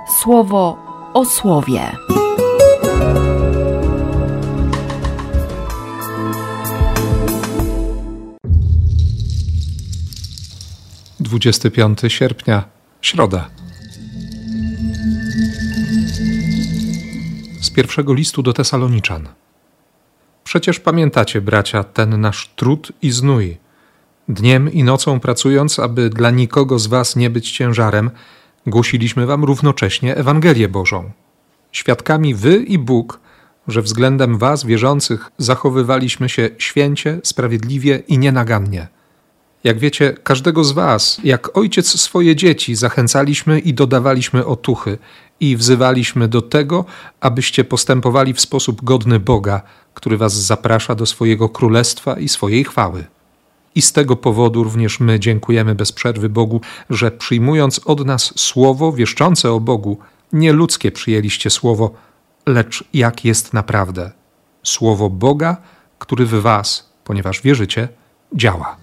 Słowo o słowie. Dwudziesty 25 sierpnia, środa. Z pierwszego listu do Tesaloniczan. Przecież pamiętacie, bracia, ten nasz trud i znój. Dniem i nocą pracując, aby dla nikogo z was nie być ciężarem, głosiliśmy wam równocześnie Ewangelię Bożą. Świadkami wy i Bóg, że względem was, wierzących, zachowywaliśmy się święcie, sprawiedliwie i nienagannie. Jak wiecie, każdego z was, jak ojciec swoje dzieci, zachęcaliśmy i dodawaliśmy otuchy i wzywaliśmy do tego, abyście postępowali w sposób godny Boga, który was zaprasza do swojego królestwa i swojej chwały. I z tego powodu również my dziękujemy bez przerwy Bogu, że przyjmując od nas słowo wieszczące o Bogu, nie ludzkie przyjęliście słowo, lecz jak jest naprawdę. Słowo Boga, który w was, ponieważ wierzycie, działa.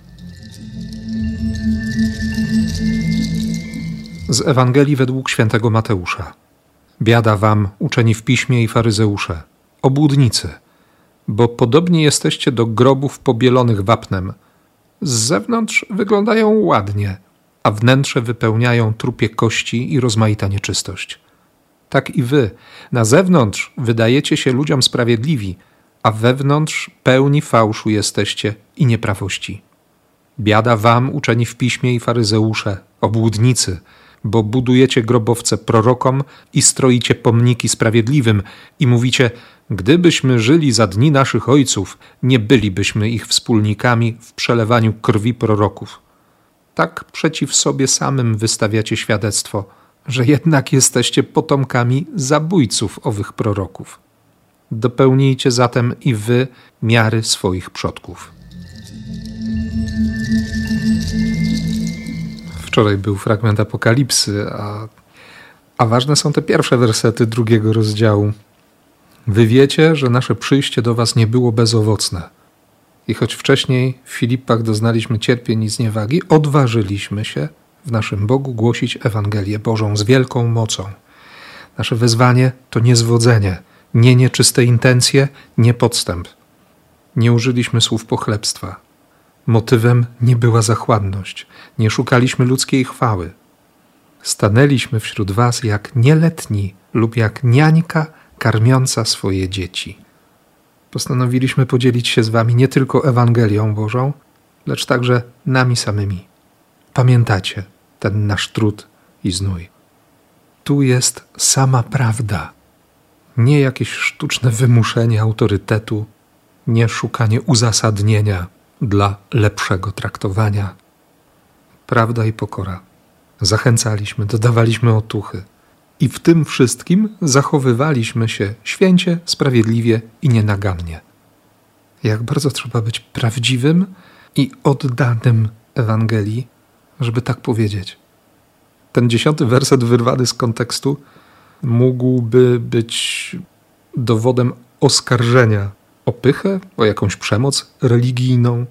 Z Ewangelii według świętego Mateusza. Biada wam, uczeni w piśmie i faryzeusze, obłudnicy, bo podobni jesteście do grobów pobielonych wapnem. Z zewnątrz wyglądają ładnie, a wnętrze wypełniają trupie kości i rozmaita nieczystość. Tak i wy, na zewnątrz wydajecie się ludziom sprawiedliwi, a wewnątrz pełni fałszu jesteście i nieprawości. Biada wam, uczeni w piśmie i faryzeusze, obłudnicy, bo budujecie grobowce prorokom i stroicie pomniki sprawiedliwym i mówicie, gdybyśmy żyli za dni naszych ojców, nie bylibyśmy ich wspólnikami w przelewaniu krwi proroków. Tak przeciw sobie samym wystawiacie świadectwo, że jednak jesteście potomkami zabójców owych proroków. Dopełnijcie zatem i wy miary swoich przodków. Wczoraj był fragment Apokalipsy, a ważne są te pierwsze wersety 2 rozdziału. Wy wiecie, że nasze przyjście do was nie było bezowocne. I choć wcześniej w Filipach doznaliśmy cierpień i zniewagi, odważyliśmy się w naszym Bogu głosić Ewangelię Bożą z wielką mocą. Nasze wezwanie to nie zwodzenie, nie nieczyste intencje, nie podstęp. Nie użyliśmy słów pochlebstwa. Motywem nie była zachłanność, nie szukaliśmy ludzkiej chwały. Stanęliśmy wśród was jak nieletni lub jak niańka karmiąca swoje dzieci. Postanowiliśmy podzielić się z wami nie tylko Ewangelią Bożą, lecz także nami samymi. Pamiętacie ten nasz trud i znój. Tu jest sama prawda, nie jakieś sztuczne wymuszenie autorytetu, nie szukanie uzasadnienia dla lepszego traktowania. Prawda i pokora. Zachęcaliśmy, dodawaliśmy otuchy. I w tym wszystkim zachowywaliśmy się święcie, sprawiedliwie i nienagannie. Jak bardzo trzeba być prawdziwym i oddanym Ewangelii, żeby tak powiedzieć. Ten 10 werset wyrwany z kontekstu mógłby być dowodem oskarżenia o pychę, o jakąś przemoc religijną,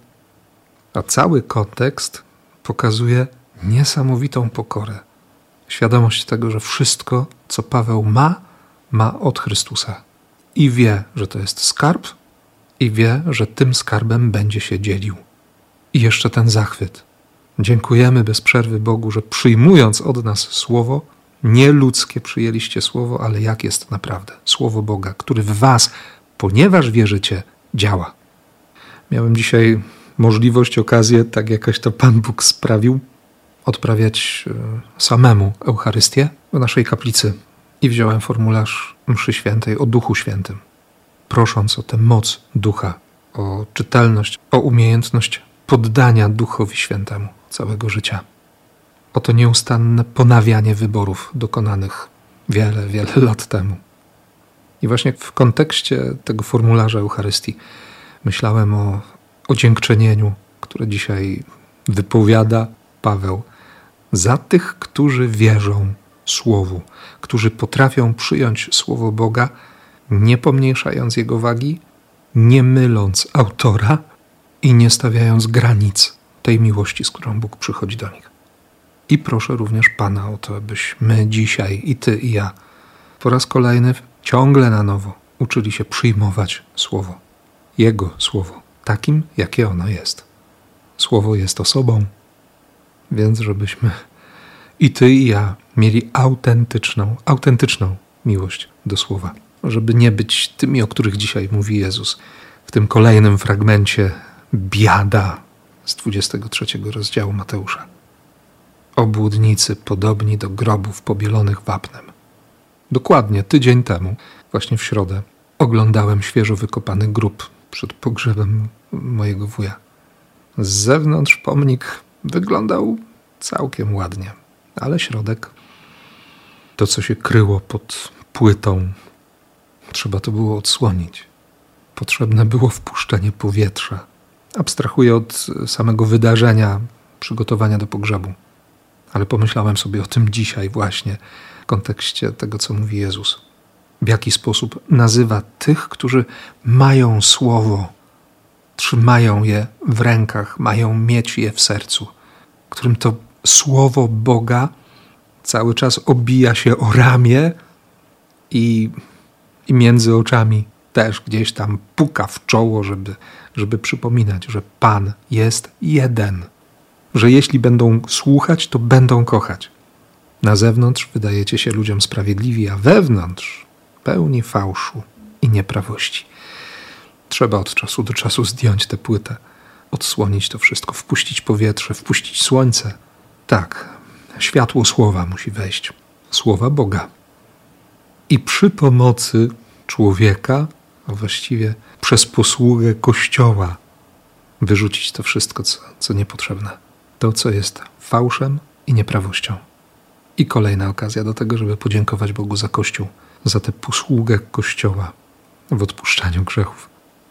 a cały kontekst pokazuje niesamowitą pokorę. Świadomość tego, że wszystko, co Paweł ma od Chrystusa. I wie, że to jest skarb, i wie, że tym skarbem będzie się dzielił. I jeszcze ten zachwyt. Dziękujemy bez przerwy Bogu, że przyjmując od nas słowo, nie ludzkie przyjęliście słowo, ale jak jest naprawdę. Słowo Boga, który w was, ponieważ wierzycie, działa. Miałem dzisiaj możliwość, okazję, tak jakoś to Pan Bóg sprawił, odprawiać samemu Eucharystię w naszej kaplicy i wziąłem formularz mszy świętej o Duchu Świętym, prosząc o tę moc Ducha, o czytelność, o umiejętność poddania Duchowi Świętemu całego życia. O to nieustanne ponawianie wyborów dokonanych wiele, wiele lat temu. I właśnie w kontekście tego formularza Eucharystii myślałem o dziękczynieniu, które dzisiaj wypowiada Paweł za tych, którzy wierzą Słowu, którzy potrafią przyjąć Słowo Boga, nie pomniejszając jego wagi, nie myląc autora i nie stawiając granic tej miłości, z którą Bóg przychodzi do nich. I proszę również Pana o to, abyśmy dzisiaj, i Ty, i ja, po raz kolejny, ciągle na nowo uczyli się przyjmować Słowo. Jego Słowo, takim, jakie ono jest. Słowo jest osobą, więc żebyśmy i Ty, i ja mieli autentyczną miłość do Słowa. Żeby nie być tymi, o których dzisiaj mówi Jezus w tym kolejnym fragmencie biada z 23 rozdziału Mateusza. Obłudnicy podobni do grobów pobielonych wapnem. Dokładnie tydzień temu, właśnie w środę, oglądałem świeżo wykopany grób przed pogrzebem mojego wuja. Z zewnątrz pomnik wyglądał całkiem ładnie, ale środek, to co się kryło pod płytą, trzeba to było odsłonić. Potrzebne było wpuszczenie powietrza. Abstrahuję od samego wydarzenia, przygotowania do pogrzebu. Ale pomyślałem sobie o tym dzisiaj właśnie w kontekście tego, co mówi Jezus. W jaki sposób nazywa tych, którzy mają Słowo, trzymają je w rękach, mają mieć je w sercu, którym to Słowo Boga cały czas obija się o ramię i między oczami też gdzieś tam puka w czoło, żeby przypominać, że Pan jest jeden. Że jeśli będą słuchać, to będą kochać. Na zewnątrz wydajecie się ludziom sprawiedliwi, a wewnątrz pełni fałszu i nieprawości. Trzeba od czasu do czasu zdjąć tę płytę, odsłonić to wszystko, wpuścić powietrze, wpuścić słońce. Tak, światło Słowa musi wejść. Słowa Boga. I przy pomocy człowieka, a właściwie przez posługę Kościoła, wyrzucić to wszystko, co niepotrzebne. To, co jest fałszem i nieprawością. I kolejna okazja do tego, żeby podziękować Bogu za Kościół, za tę posługę Kościoła w odpuszczaniu grzechów.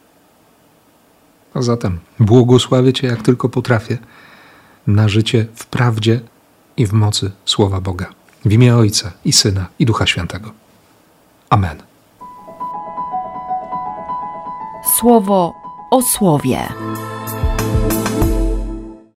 A zatem błogosławię Cię, jak tylko potrafię, na życie w prawdzie i w mocy Słowa Boga. W imię Ojca i Syna i Ducha Świętego. Amen. Słowo o słowie.